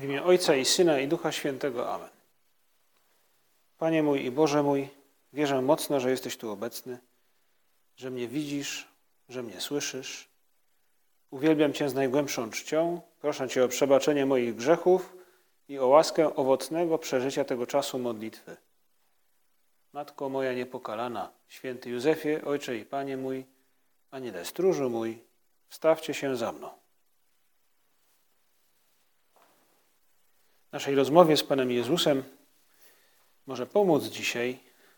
W imię Ojca i Syna i Ducha Świętego. Amen. Panie mój i Boże mój, wierzę mocno, że jesteś tu obecny, że mnie widzisz, że mnie słyszysz. Uwielbiam Cię z najgłębszą czcią. Proszę Cię o przebaczenie moich grzechów i o łaskę owocnego przeżycia tego czasu modlitwy. Matko moja niepokalana, święty Józefie, Ojcze i Panie mój, Aniele stróżu mój, wstawcie się za mną. Naszej rozmowie z Panem Jezusem może pomóc dzisiaj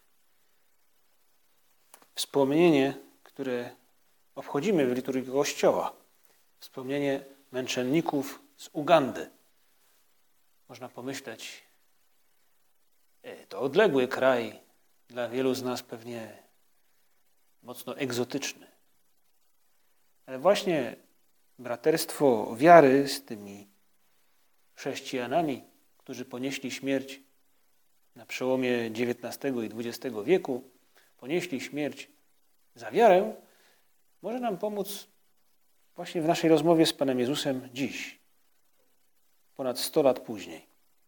wspomnienie, które obchodzimy w liturgii Kościoła. Wspomnienie męczenników z Ugandy. Można pomyśleć, to odległy kraj, dla wielu z nas pewnie mocno egzotyczny. Ale właśnie braterstwo wiary z tymi chrześcijanami, którzy ponieśli śmierć na przełomie XIX i XX wieku, ponieśli śmierć za wiarę, może nam pomóc właśnie w naszej rozmowie z Panem Jezusem dziś, ponad 100 lat później.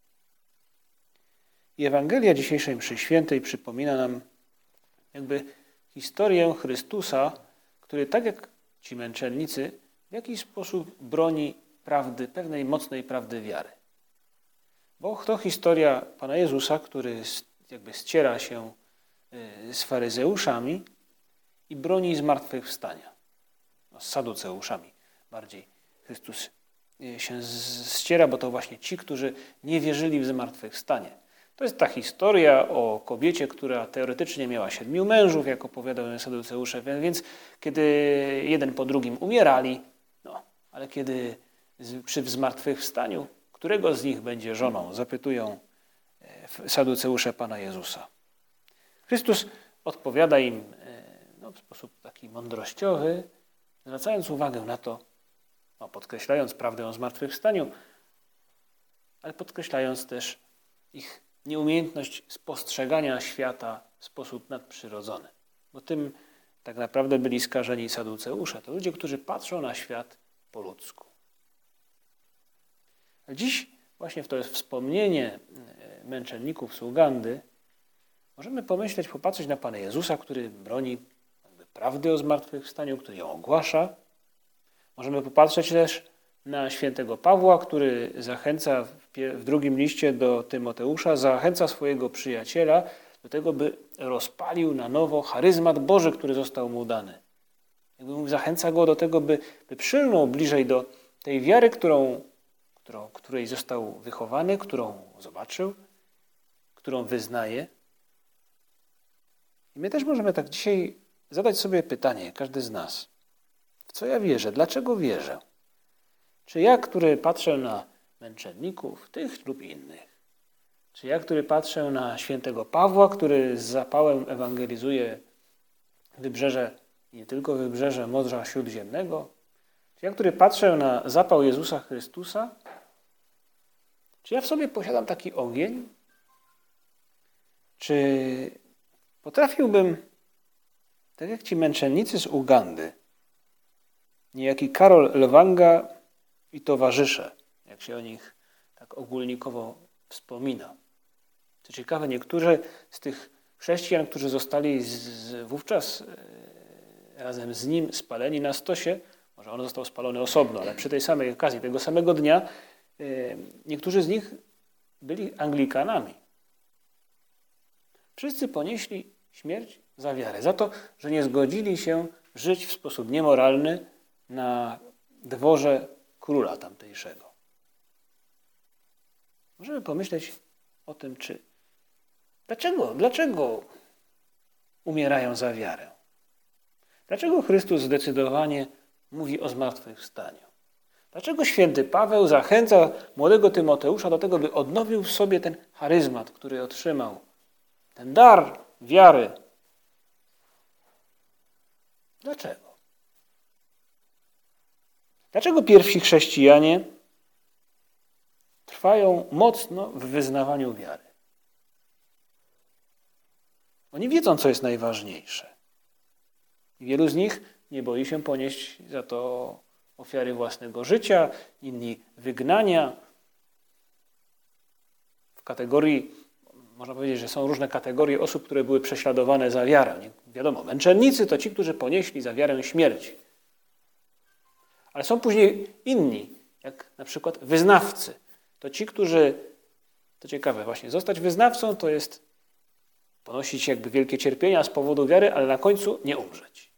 I Ewangelia dzisiejszej mszy świętej przypomina nam jakby historię Chrystusa, który tak jak ci męczennicy w jakiś sposób broni prawdy, pewnej mocnej prawdy wiary. Bo to historia Pana Jezusa, który jakby ściera się z faryzeuszami i broni zmartwychwstania. Z saduceuszami bardziej Chrystus się ściera, bo to właśnie ci, którzy nie wierzyli w zmartwychwstanie. To jest ta historia o kobiecie, która teoretycznie miała 7 mężów, jak opowiadają saduceusze, więc kiedy jeden po drugim umierali, ale kiedy przy zmartwychwstaniu, którego z nich będzie żoną, zapytują saduceusze Pana Jezusa. Chrystus odpowiada im w sposób taki mądrościowy, zwracając uwagę na to, podkreślając prawdę o zmartwychwstaniu, ale podkreślając też ich nieumiejętność spostrzegania świata w sposób nadprzyrodzony. Bo tym tak naprawdę byli skażeni saduceusze. To ludzie, którzy patrzą na świat po ludzku. A dziś właśnie w to wspomnienie męczenników z Ugandy możemy pomyśleć, popatrzeć na Pana Jezusa, który broni prawdy o zmartwychwstaniu, który ją ogłasza. Możemy popatrzeć też na świętego Pawła, który zachęca w drugim liście do Tymoteusza, zachęca swojego przyjaciela do tego, by rozpalił na nowo charyzmat Boży, który został mu dany. Zachęca go do tego, by przylnął bliżej do tej wiary, której został wychowany, którą zobaczył, którą wyznaje. I my też możemy tak dzisiaj zadać sobie pytanie, każdy z nas. W co ja wierzę? Dlaczego wierzę? Czy ja, który patrzę na męczenników, tych lub innych? Czy ja, który patrzę na świętego Pawła, który z zapałem ewangelizuje wybrzeże, nie tylko wybrzeże Morza Śródziemnego? Czy ja, który patrzę na zapał Jezusa Chrystusa? Czy ja w sobie posiadam taki ogień? Czy potrafiłbym, tak jak ci męczennicy z Ugandy, niejaki Karol Lwanga i towarzysze, jak się o nich tak ogólnikowo wspomina. Co ciekawe, niektórzy z tych chrześcijan, którzy zostali wówczas razem z nim spaleni na stosie, może on został spalony osobno, ale przy tej samej okazji, tego samego dnia, niektórzy z nich byli Anglikanami. Wszyscy ponieśli śmierć za wiarę, za to, że nie zgodzili się żyć w sposób niemoralny na dworze króla tamtejszego. Możemy pomyśleć o tym, dlaczego umierają za wiarę? Dlaczego Chrystus zdecydowanie mówi o zmartwychwstaniu? Dlaczego święty Paweł zachęca młodego Tymoteusza do tego, by odnowił w sobie ten charyzmat, który otrzymał, ten dar wiary? Dlaczego? Dlaczego pierwsi chrześcijanie trwają mocno w wyznawaniu wiary? Oni wiedzą, co jest najważniejsze. Wielu z nich nie boi się ponieść za to ofiary własnego życia, inni wygnania. kategorii, można powiedzieć, że są różne kategorie osób, które były prześladowane za wiarę. Nie, wiadomo, męczennicy to ci, którzy ponieśli za wiarę śmierć. Ale są później inni, jak na przykład wyznawcy. To ci, którzy, to ciekawe właśnie, zostać wyznawcą to jest ponosić jakby wielkie cierpienia z powodu wiary, ale na końcu nie umrzeć.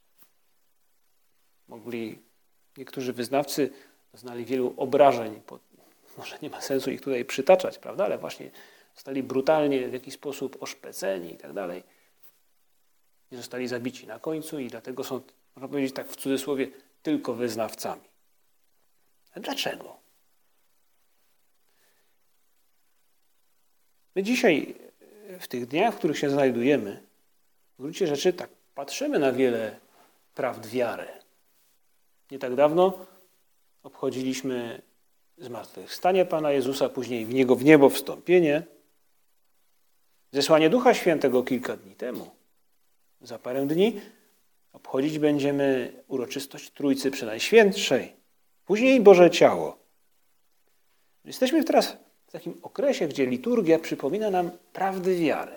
Niektórzy wyznawcy doznali wielu obrażeń, może nie ma sensu ich tutaj przytaczać, prawda, ale właśnie zostali brutalnie w jakiś sposób oszpeceni i tak dalej. Nie zostali zabici na końcu i dlatego są, można powiedzieć tak w cudzysłowie, tylko wyznawcami. A dlaczego? My dzisiaj, w tych dniach, w których się znajdujemy, w gruncie rzeczy tak patrzymy na wiele prawd wiary. Nie tak dawno obchodziliśmy zmartwychwstanie Pana Jezusa, później w niebo wstąpienie, zesłanie Ducha Świętego kilka dni temu. Za parę dni obchodzić będziemy uroczystość Trójcy Przenajświętszej, później Boże Ciało. Jesteśmy teraz w takim okresie, gdzie liturgia przypomina nam prawdy wiary.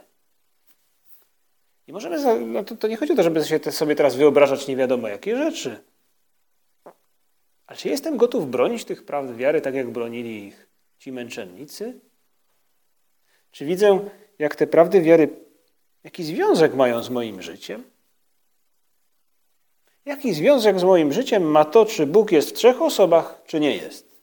I możemy, to nie chodzi o to, żeby się sobie teraz wyobrażać nie wiadomo jakie rzeczy. Ale czy jestem gotów bronić tych prawd wiary, tak jak bronili ich ci męczennicy? Czy widzę, jak te prawdy wiary, jaki związek mają z moim życiem? Jaki związek z moim życiem ma to, czy Bóg jest w 3 osobach, czy nie jest?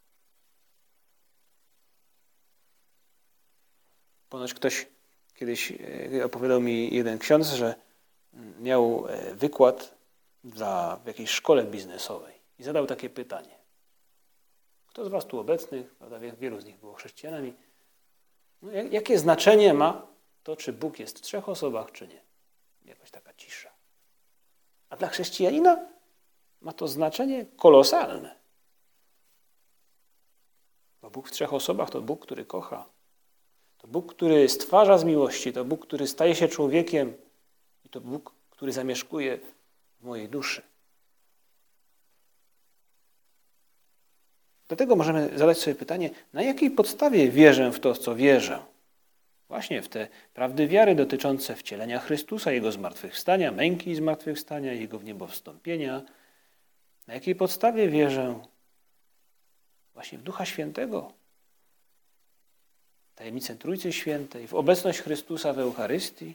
Ponoć ktoś kiedyś opowiadał mi jeden ksiądz, że miał wykład w jakiejś szkole biznesowej i zadał takie pytanie. Kto z was tu obecnych, prawda, wielu z nich było chrześcijanami, no, jakie znaczenie ma to, czy Bóg jest w 3 osobach, czy nie? Jakaś taka cisza. A dla chrześcijanina ma to znaczenie kolosalne. Bo Bóg w 3 osobach to Bóg, który kocha. To Bóg, który stwarza z miłości. To Bóg, który staje się człowiekiem. I to Bóg, który zamieszkuje w mojej duszy. Dlatego możemy zadać sobie pytanie, na jakiej podstawie wierzę w to, w co wierzę? Właśnie w te prawdy wiary dotyczące wcielenia Chrystusa, Jego zmartwychwstania, męki i zmartwychwstania, Jego w niebo wstąpienia. Na jakiej podstawie wierzę właśnie w Ducha Świętego, tajemnicę Trójcy Świętej, w obecność Chrystusa w Eucharystii.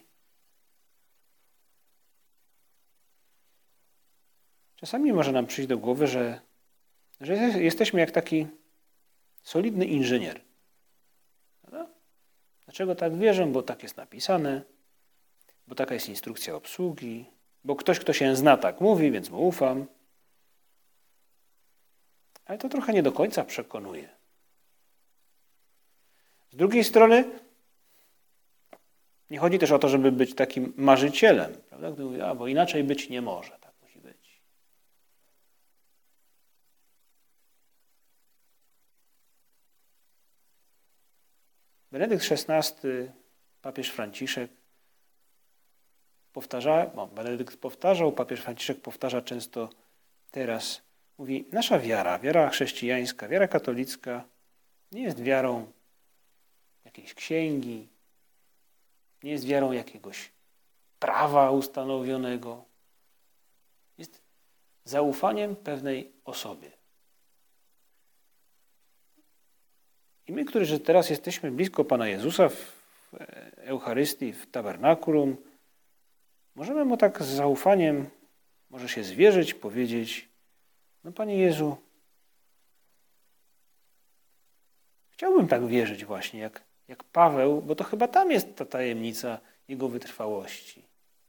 Czasami może nam przyjść do głowy, że jesteśmy jak taki solidny inżynier. Prawda? Dlaczego tak wierzę? Bo tak jest napisane, bo taka jest instrukcja obsługi, bo ktoś, kto się zna, tak mówi, więc mu ufam. Ale to trochę nie do końca przekonuje. Z drugiej strony nie chodzi też o to, żeby być takim marzycielem, prawda? Gdy mówi, bo inaczej być nie może, tak musi być. Benedykt XVI, papież Franciszek Benedykt powtarzał, papież Franciszek powtarza często teraz, mówi, nasza wiara, wiara chrześcijańska, wiara katolicka nie jest wiarą jakiejś księgi, nie jest wiarą jakiegoś prawa ustanowionego. Jest zaufaniem pewnej osobie. I my, którzy teraz jesteśmy blisko Pana Jezusa w Eucharystii, w tabernakulum, możemy Mu tak z zaufaniem, może się zwierzyć, powiedzieć, no Panie Jezu, chciałbym tak wierzyć właśnie, jak Paweł, bo to chyba tam jest ta tajemnica jego wytrwałości.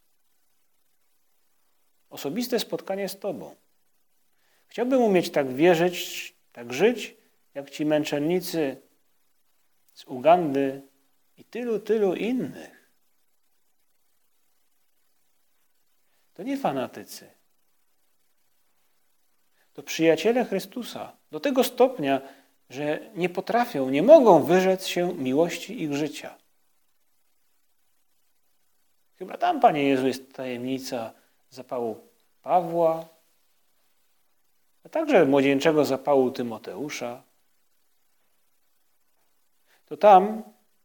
Osobiste spotkanie z Tobą. Chciałbym umieć tak wierzyć, tak żyć, jak ci męczennicy z Ugandy i tylu innych. To nie fanatycy. To przyjaciele Chrystusa. Do tego stopnia, że nie potrafią, nie mogą wyrzec się miłości ich życia. Chyba tam, Panie Jezu, jest tajemnica zapału Pawła, a także młodzieńczego zapału Tymoteusza. To tam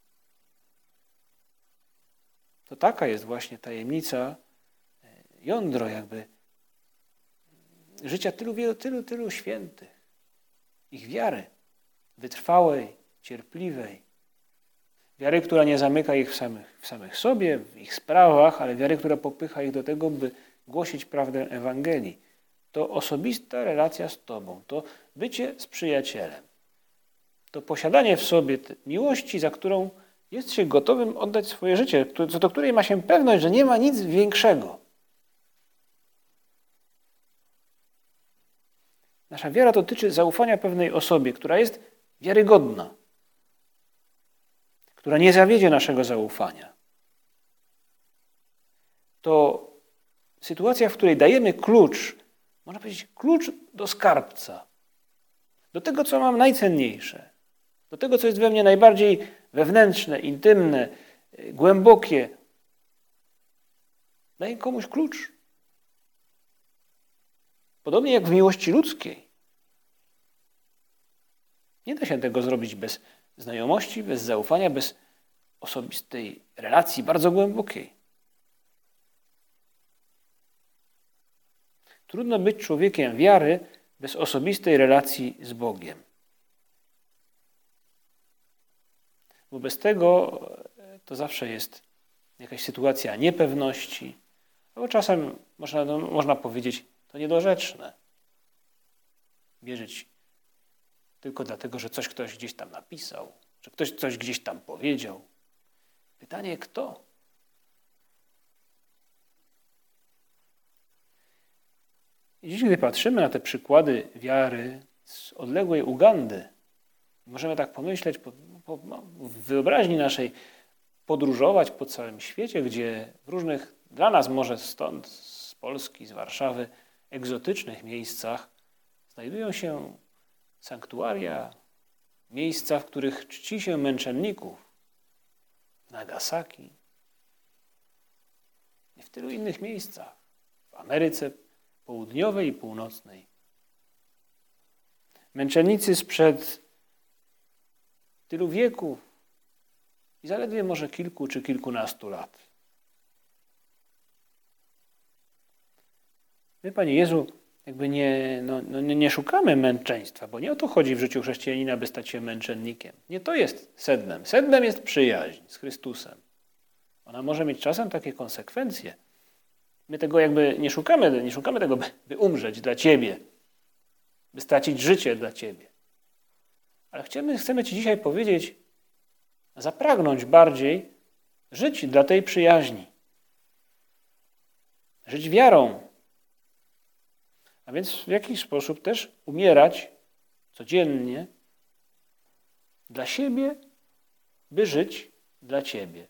To taka jest właśnie tajemnica, jądro jakby życia tylu świętych. Ich wiary wytrwałej, cierpliwej. Wiary, która nie zamyka ich w samych sobie, w ich sprawach, ale wiary, która popycha ich do tego, by głosić prawdę Ewangelii. To osobista relacja z Tobą, to bycie z przyjacielem. To posiadanie w sobie miłości, za którą jest się gotowym oddać swoje życie, co do której ma się pewność, że nie ma nic większego. Nasza wiara dotyczy zaufania pewnej osobie, która jest wiarygodna, która nie zawiedzie naszego zaufania. To sytuacja, w której dajemy klucz, można powiedzieć, klucz do skarbca, do tego, co mam najcenniejsze, do tego, co jest we mnie najbardziej wewnętrzne, intymne, głębokie. Daję komuś klucz. Podobnie jak w miłości ludzkiej. Nie da się tego zrobić bez znajomości, bez zaufania, bez osobistej relacji bardzo głębokiej. Trudno być człowiekiem wiary bez osobistej relacji z Bogiem. Bo bez tego to zawsze jest jakaś sytuacja niepewności, albo czasem można powiedzieć, to niedorzeczne. Wierzyć tylko dlatego, że coś ktoś gdzieś tam napisał, że ktoś coś gdzieś tam powiedział. Pytanie, kto? I dziś, gdy patrzymy na te przykłady wiary z odległej Ugandy, możemy tak pomyśleć, w wyobraźni naszej podróżować po całym świecie, gdzie w różnych, dla nas może stąd, z Polski, z Warszawy, egzotycznych miejscach znajdują się sanktuaria, miejsca, w których czci się męczenników. W Nagasaki i w tylu innych miejscach. W Ameryce Południowej i Północnej. Męczennicy sprzed tylu wieków i zaledwie może kilku czy kilkunastu lat. My, Panie Jezu, jakby nie szukamy męczeństwa, bo nie o to chodzi w życiu chrześcijanina, by stać się męczennikiem. Nie to jest sednem. Sednem jest przyjaźń z Chrystusem. Ona może mieć czasem takie konsekwencje. My tego jakby nie szukamy tego, by umrzeć dla Ciebie, by stracić życie dla Ciebie. Ale chcemy Ci dzisiaj powiedzieć, zapragnąć bardziej żyć dla tej przyjaźni. Żyć wiarą. A więc w jakiś sposób też umierać codziennie dla siebie, by żyć dla Ciebie.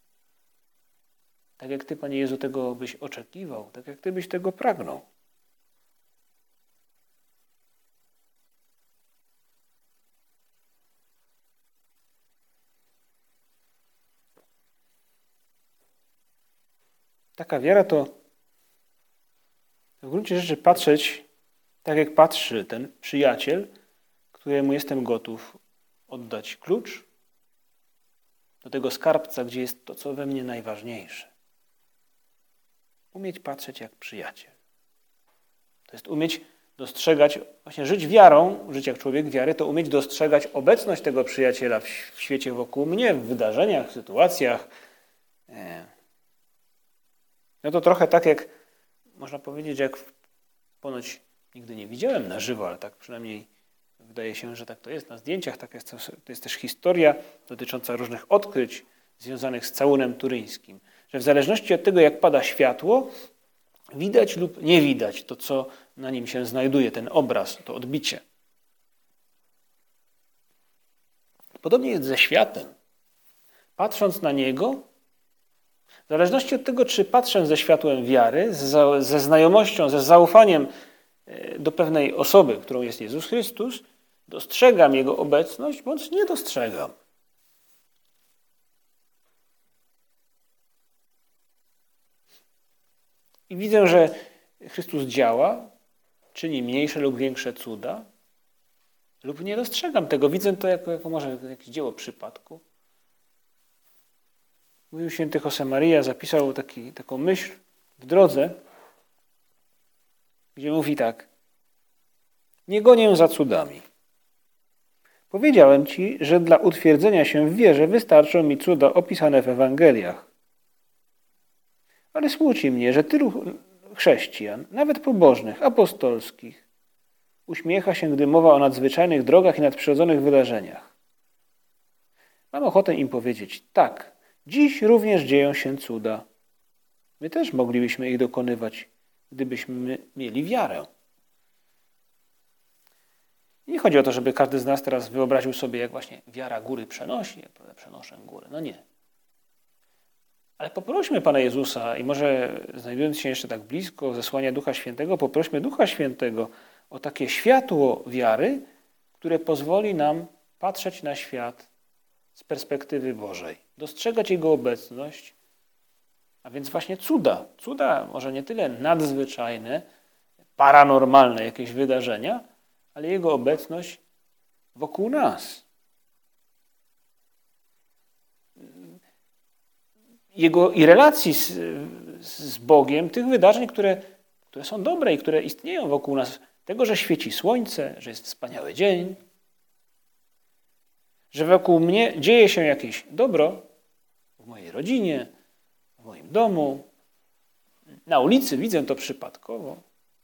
Tak jak Ty, Panie Jezu, tego byś oczekiwał, tak jak Ty byś tego pragnął. Taka wiara to w gruncie rzeczy patrzeć tak, jak patrzy ten przyjaciel, któremu jestem gotów oddać klucz do tego skarbca, gdzie jest to, co we mnie najważniejsze. Umieć patrzeć jak przyjaciel. To jest umieć dostrzegać, właśnie żyć wiarą, żyć jak człowiek wiary, to umieć dostrzegać obecność tego przyjaciela w świecie wokół mnie, w wydarzeniach, w sytuacjach. No to trochę tak jak, można powiedzieć, jak ponoć nigdy nie widziałem na żywo, ale tak przynajmniej wydaje się, że tak to jest na zdjęciach. To jest też historia dotycząca różnych odkryć związanych z całunem turyńskim. Że w zależności od tego, jak pada światło, widać lub nie widać to, co na nim się znajduje, ten obraz, to odbicie. Podobnie jest ze światem. Patrząc na niego, w zależności od tego, czy patrzę ze światłem wiary, ze znajomością, ze zaufaniem do pewnej osoby, którą jest Jezus Chrystus, dostrzegam Jego obecność, bądź nie dostrzegam. I widzę, że Chrystus działa, czyni mniejsze lub większe cuda, lub nie dostrzegam tego. Widzę to jako może jakieś dzieło przypadku. Mówił święty Josemaria, zapisał taką myśl w drodze, gdzie mówi tak: nie gonię za cudami. Powiedziałem ci, że dla utwierdzenia się w wierze wystarczą mi cuda opisane w Ewangeliach. Ale smuci mnie, że tylu chrześcijan, nawet pobożnych, apostolskich, uśmiecha się, gdy mowa o nadzwyczajnych drogach i nadprzyrodzonych wydarzeniach. Mam ochotę im powiedzieć: tak, dziś również dzieją się cuda. My też moglibyśmy ich dokonywać, gdybyśmy mieli wiarę. Nie chodzi o to, żeby każdy z nas teraz wyobraził sobie, jak właśnie wiara góry przenosi, jak przenoszę góry. No nie. Ale poprośmy Pana Jezusa i może znajdując się jeszcze tak blisko zesłania Ducha Świętego, poprośmy Ducha Świętego o takie światło wiary, które pozwoli nam patrzeć na świat z perspektywy Bożej, dostrzegać Jego obecność, a więc właśnie cuda. Cuda może nie tyle nadzwyczajne, paranormalne jakieś wydarzenia, ale Jego obecność wokół nas. Jego i relacji z Bogiem, tych wydarzeń, które są dobre i które istnieją wokół nas. Tego, że świeci słońce, że jest wspaniały dzień, że wokół mnie dzieje się jakieś dobro w mojej rodzinie, w moim domu, na ulicy widzę to przypadkowo.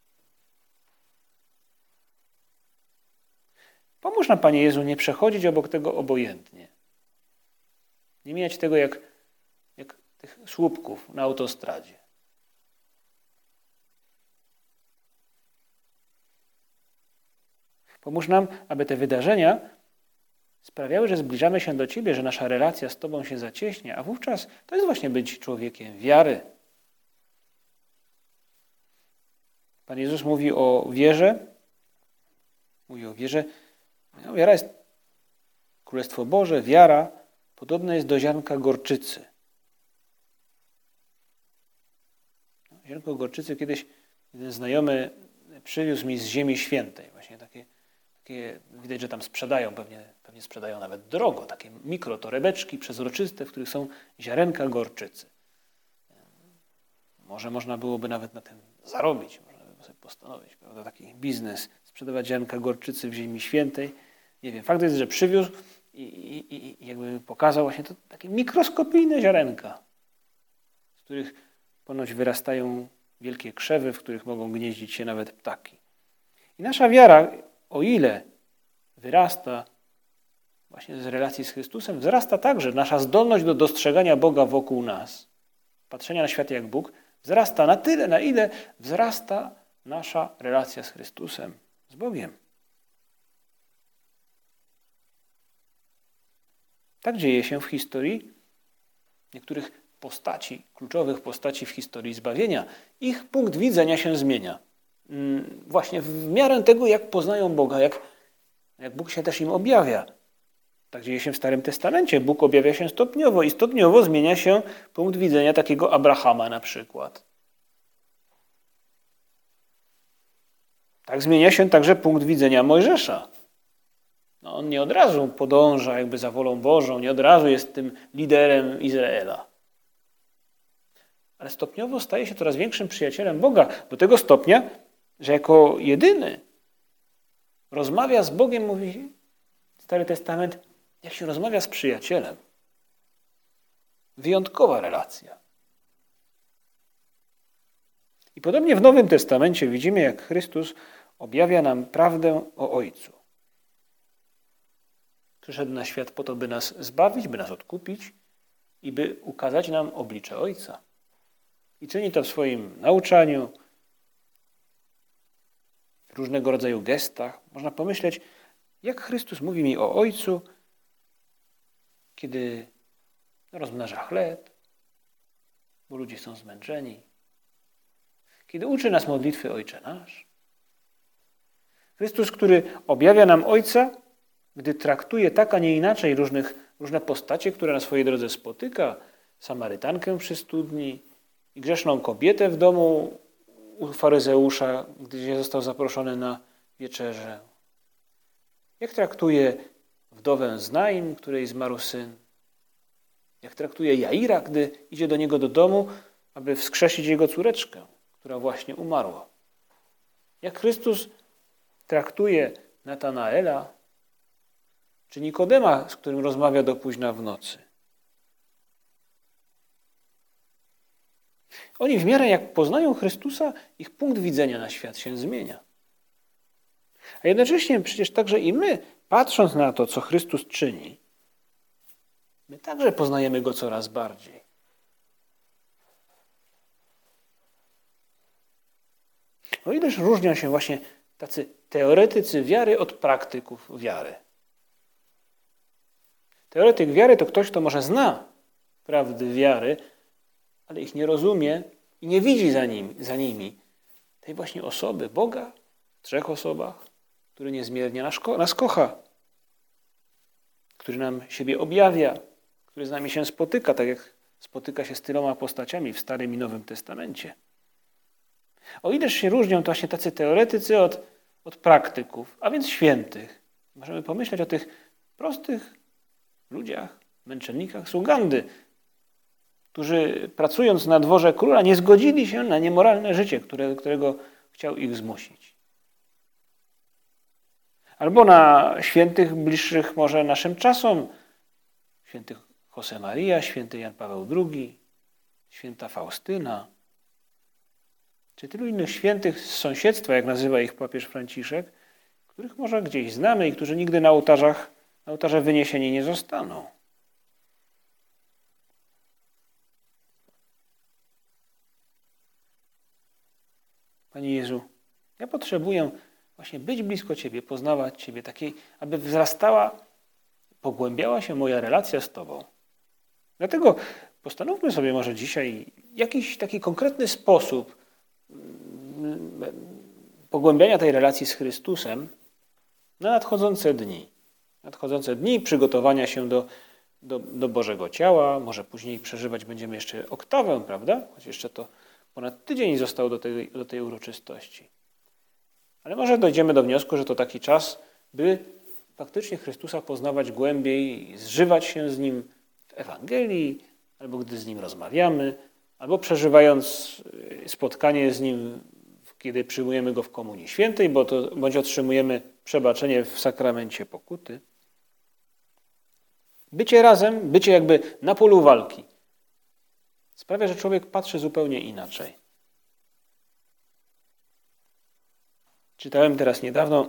Pomóż nam, Panie Jezu, nie przechodzić obok tego obojętnie. Nie mijać tego jak tych słupków na autostradzie. Pomóż nam, aby te wydarzenia sprawiały, że zbliżamy się do Ciebie, że nasza relacja z Tobą się zacieśnia, a wówczas to jest właśnie być człowiekiem wiary. Pan Jezus mówi o wierze. No, wiara jest Królestwo Boże, wiara podobna jest do ziarnka gorczycy. Ziarnko gorczycy kiedyś jeden znajomy przywiózł mi z Ziemi Świętej. Właśnie takie widać, że tam sprzedają, pewnie sprzedają nawet drogo, takie mikrotorebeczki przezroczyste, w których są ziarenka gorczycy. Może można byłoby nawet na tym zarobić, można by sobie postanowić, prawda, taki biznes, sprzedawać ziarenka gorczycy w Ziemi Świętej. Nie wiem, fakt jest, że przywiózł i jakby pokazał właśnie to takie mikroskopijne ziarenka, z których ponoć wyrastają wielkie krzewy, w których mogą gnieździć się nawet ptaki. I nasza wiara, o ile wyrasta właśnie z relacji z Chrystusem, wzrasta także nasza zdolność do dostrzegania Boga wokół nas, patrzenia na świat jak Bóg, wzrasta na tyle, na ile wzrasta nasza relacja z Chrystusem, z Bogiem. Tak dzieje się w historii niektórych postaci, kluczowych postaci w historii zbawienia. Ich punkt widzenia się zmienia. Właśnie w miarę tego, jak poznają Boga, jak Bóg się też im objawia. Tak dzieje się w Starym Testamencie. Bóg objawia się stopniowo i stopniowo zmienia się punkt widzenia takiego Abrahama na przykład. Tak zmienia się także punkt widzenia Mojżesza. No, on nie od razu podąża jakby za wolą Bożą, nie od razu jest tym liderem Izraela. Ale stopniowo staje się coraz większym przyjacielem Boga. Do tego stopnia, że jako jedyny rozmawia z Bogiem, mówi Stary Testament, jak się rozmawia z przyjacielem. Wyjątkowa relacja. I podobnie w Nowym Testamencie widzimy, jak Chrystus objawia nam prawdę o Ojcu. Przyszedł na świat po to, by nas zbawić, by nas odkupić i by ukazać nam oblicze Ojca. I czyni to w swoim nauczaniu, w różnego rodzaju gestach. Można pomyśleć, jak Chrystus mówi mi o Ojcu, kiedy rozmnaża chleb, bo ludzie są zmęczeni. Kiedy uczy nas modlitwy Ojcze Nasz. Chrystus, który objawia nam Ojca, gdy traktuje tak, a nie inaczej różne postacie, które na swojej drodze spotyka, Samarytankę przy studni i grzeszną kobietę w domu u faryzeusza, gdy został zaproszony na wieczerzę. Jak traktuje wdowę z Naim, której zmarł syn. Jak traktuje Jaira, gdy idzie do niego do domu, aby wskrzesić jego córeczkę, która właśnie umarła. Jak Chrystus traktuje Natanaela czy Nikodema, z którym rozmawia do późna w nocy. Oni w miarę jak poznają Chrystusa, ich punkt widzenia na świat się zmienia. A jednocześnie przecież także i my, patrząc na to, co Chrystus czyni, my także poznajemy Go coraz bardziej. O ileż różnią się właśnie tacy teoretycy wiary od praktyków wiary. Teoretyk wiary to ktoś, kto może zna prawdy wiary, ale ich nie rozumie i nie widzi za nimi tej właśnie osoby, Boga w trzech osobach, który niezmiernie nas kocha, który nam siebie objawia, który z nami się spotyka, tak jak spotyka się z tyloma postaciami w Starym i Nowym Testamencie. O ileż się różnią to właśnie tacy teoretycy od praktyków, a więc świętych. Możemy pomyśleć o tych prostych ludziach, męczennikach z Ugandy, którzy pracując na dworze króla nie zgodzili się na niemoralne życie, którego chciał ich zmusić. Albo na świętych bliższych może naszym czasom, świętych Josemaria, święty Jan Paweł II, święta Faustyna, czy tylu innych świętych z sąsiedztwa, jak nazywa ich papież Franciszek, których może gdzieś znamy i którzy nigdy na ołtarze wyniesieni nie zostaną. Panie Jezu, ja potrzebuję właśnie być blisko Ciebie, poznawać Ciebie, takiej, aby wzrastała, pogłębiała się moja relacja z Tobą. Dlatego postanówmy sobie może dzisiaj jakiś taki konkretny sposób pogłębiania tej relacji z Chrystusem na nadchodzące dni. Nadchodzące dni przygotowania się do Bożego Ciała, może później przeżywać będziemy jeszcze oktawę, prawda? Choć jeszcze to ponad tydzień został do tej uroczystości. Ale może dojdziemy do wniosku, że to taki czas, by faktycznie Chrystusa poznawać głębiej, zżywać się z Nim w Ewangelii, albo gdy z Nim rozmawiamy, albo przeżywając spotkanie z Nim, kiedy przyjmujemy Go w Komunii Świętej, bądź otrzymujemy przebaczenie w sakramencie pokuty. Bycie razem, bycie jakby na polu walki sprawia, że człowiek patrzy zupełnie inaczej. Czytałem teraz niedawno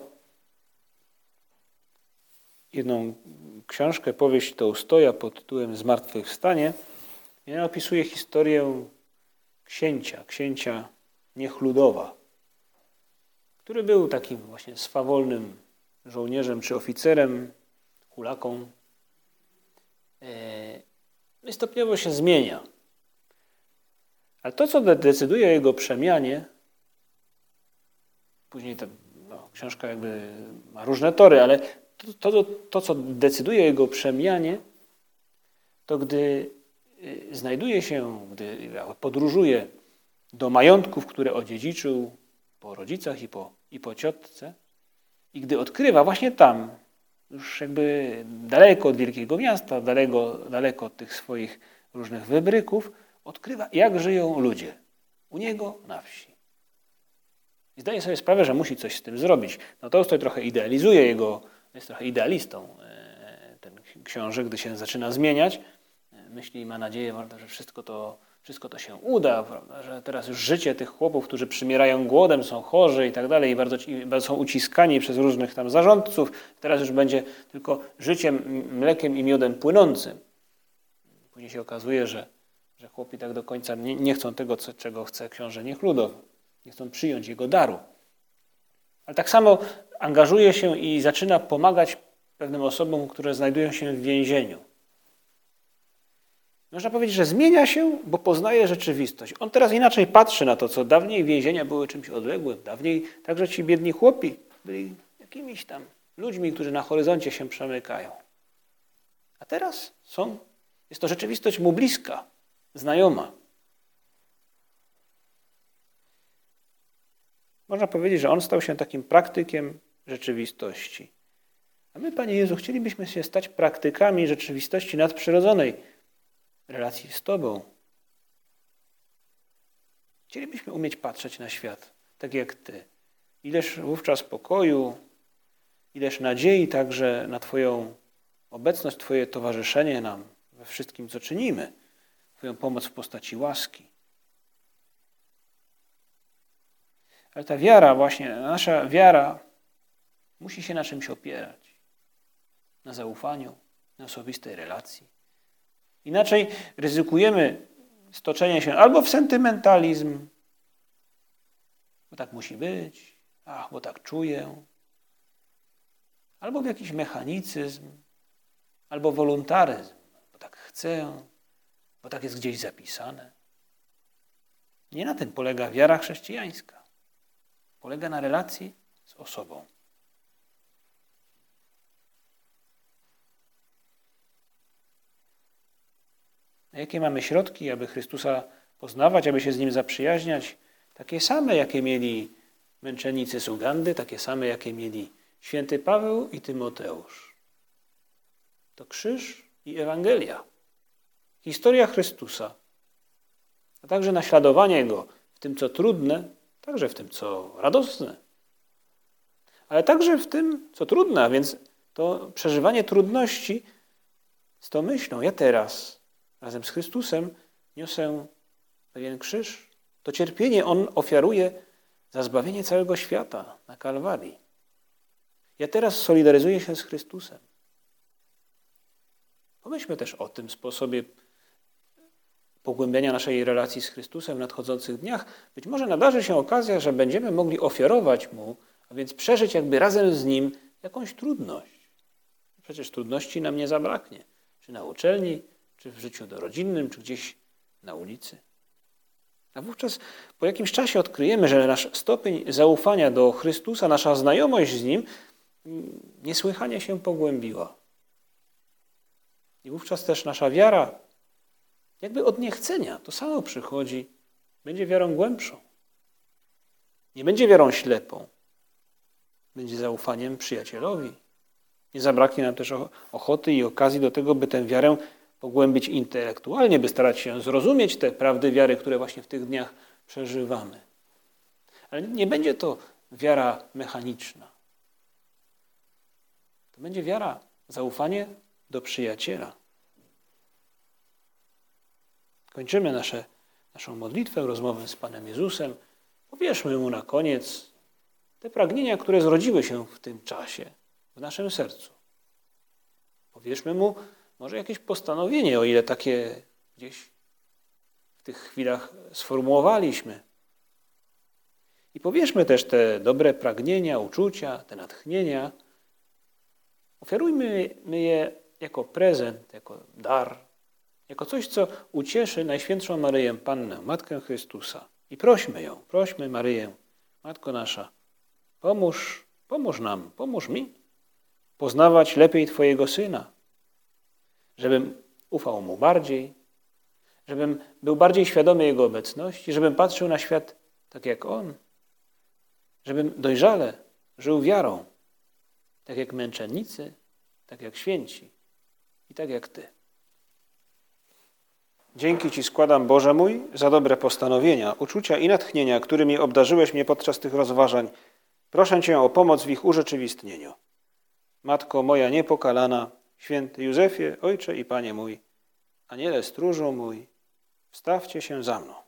jedną książkę, powieść Tołstoja pod tytułem Zmartwychwstanie. I ona opisuje historię księcia Niechludowa, który był takim właśnie swawolnym żołnierzem czy oficerem, hulaką. I stopniowo się zmienia. Ale to, co decyduje o jego przemianie, później ta książka jakby ma różne tory, ale to, co decyduje o jego przemianie, to gdy znajduje się, gdy podróżuje do majątków, które odziedziczył po rodzicach i po ciotce, i gdy odkrywa właśnie tam, już jakby daleko od wielkiego miasta, daleko od tych swoich różnych wybryków, odkrywa, jak żyją ludzie u niego na wsi. I zdaje sobie sprawę, że musi coś z tym zrobić. No Tolstoj trochę idealizuje jest trochę idealistą ten książę, gdy się zaczyna zmieniać. Myśli i ma nadzieję, prawda, że wszystko to się uda, prawda, że teraz już życie tych chłopów, którzy przymierają głodem, są chorzy i tak dalej, i bardzo są uciskani przez różnych tam zarządców, teraz już będzie tylko życiem mlekiem i miodem płynącym. Później się okazuje, że chłopi tak do końca nie chcą tego, czego chce książę Niechludow. Nie chcą przyjąć jego daru. Ale tak samo angażuje się i zaczyna pomagać pewnym osobom, które znajdują się w więzieniu. Można powiedzieć, że zmienia się, bo poznaje rzeczywistość. On teraz inaczej patrzy na to, co dawniej więzienia były czymś odległym. Dawniej także ci biedni chłopi byli jakimiś tam ludźmi, którzy na horyzoncie się przemykają. A teraz jest to rzeczywistość mu bliska, znajoma. Można powiedzieć, że on stał się takim praktykiem rzeczywistości. A my, Panie Jezu, chcielibyśmy się stać praktykami rzeczywistości nadprzyrodzonej. relacji z Tobą. Chcielibyśmy umieć patrzeć na świat tak jak Ty. Ileż wówczas pokoju, ileż nadziei także na Twoją obecność, Twoje towarzyszenie nam we wszystkim, co czynimy. Twoją pomoc w postaci łaski. Ale ta wiara właśnie, nasza wiara musi się na czymś opierać. Na zaufaniu, na osobistej relacji. Inaczej ryzykujemy stoczenie się albo w sentymentalizm, bo tak musi być, bo tak czuję, albo w jakiś mechanicyzm, albo wolontaryzm, bo tak chcę, bo tak jest gdzieś zapisane. Nie na tym polega wiara chrześcijańska. Polega na relacji z osobą. A jakie mamy środki, aby Chrystusa poznawać, aby się z Nim zaprzyjaźniać? Takie same, jakie mieli męczennicy z Ugandy, takie same, jakie mieli święty Paweł i Tymoteusz. To krzyż i Ewangelia. Historia Chrystusa, a także naśladowanie Go w tym, co trudne, także w tym, co radosne. Ale także w tym, co trudne, a więc to przeżywanie trudności z tą myślą. Ja teraz razem z Chrystusem niosę pewien krzyż. To cierpienie On ofiaruje za zbawienie całego świata na Kalwarii. Ja teraz solidaryzuję się z Chrystusem. Pomyślmy też o tym sposobie pogłębiania naszej relacji z Chrystusem w nadchodzących dniach. Być może nadarzy się okazja, że będziemy mogli ofiarować Mu, a więc przeżyć jakby razem z Nim jakąś trudność. Przecież trudności nam nie zabraknie. Czy na uczelni, czy w życiu rodzinnym, czy gdzieś na ulicy. A wówczas po jakimś czasie odkryjemy, że nasz stopień zaufania do Chrystusa, nasza znajomość z Nim niesłychanie się pogłębiła. I wówczas też nasza wiara, jakby od niechcenia, to samo przychodzi, będzie wiarą głębszą. Nie będzie wiarą ślepą. Będzie zaufaniem przyjacielowi. Nie zabraknie nam też ochoty i okazji do tego, by tę wiarę pogłębić intelektualnie, by starać się zrozumieć te prawdy wiary, które właśnie w tych dniach przeżywamy. Ale nie będzie to wiara mechaniczna. To będzie wiara, zaufanie do przyjaciela. Kończymy naszą modlitwę, rozmowę z Panem Jezusem. Powierzmy Mu na koniec te pragnienia, które zrodziły się w tym czasie, w naszym sercu. Powierzmy Mu może jakieś postanowienie, o ile takie gdzieś w tych chwilach sformułowaliśmy. I powierzmy też te dobre pragnienia, uczucia, te natchnienia. Ofiarujmy je jako prezent, jako dar, jako coś, co ucieszy Najświętszą Maryję Pannę, Matkę Chrystusa. I prośmy Maryję, Matko nasza, pomóż nam, pomóż mi poznawać lepiej Twojego Syna, żebym ufał Mu bardziej, żebym był bardziej świadomy Jego obecności, żebym patrzył na świat tak jak On, żebym dojrzale żył wiarą, tak jak męczennicy, tak jak święci i tak jak Ty. Dzięki Ci składam, Boże mój, za dobre postanowienia, uczucia i natchnienia, którymi obdarzyłeś mnie podczas tych rozważań. Proszę Cię o pomoc w ich urzeczywistnieniu. Matko moja niepokalana, święty Józefie, Ojcze i Panie mój, Aniele stróżu mój, wstawcie się za mną.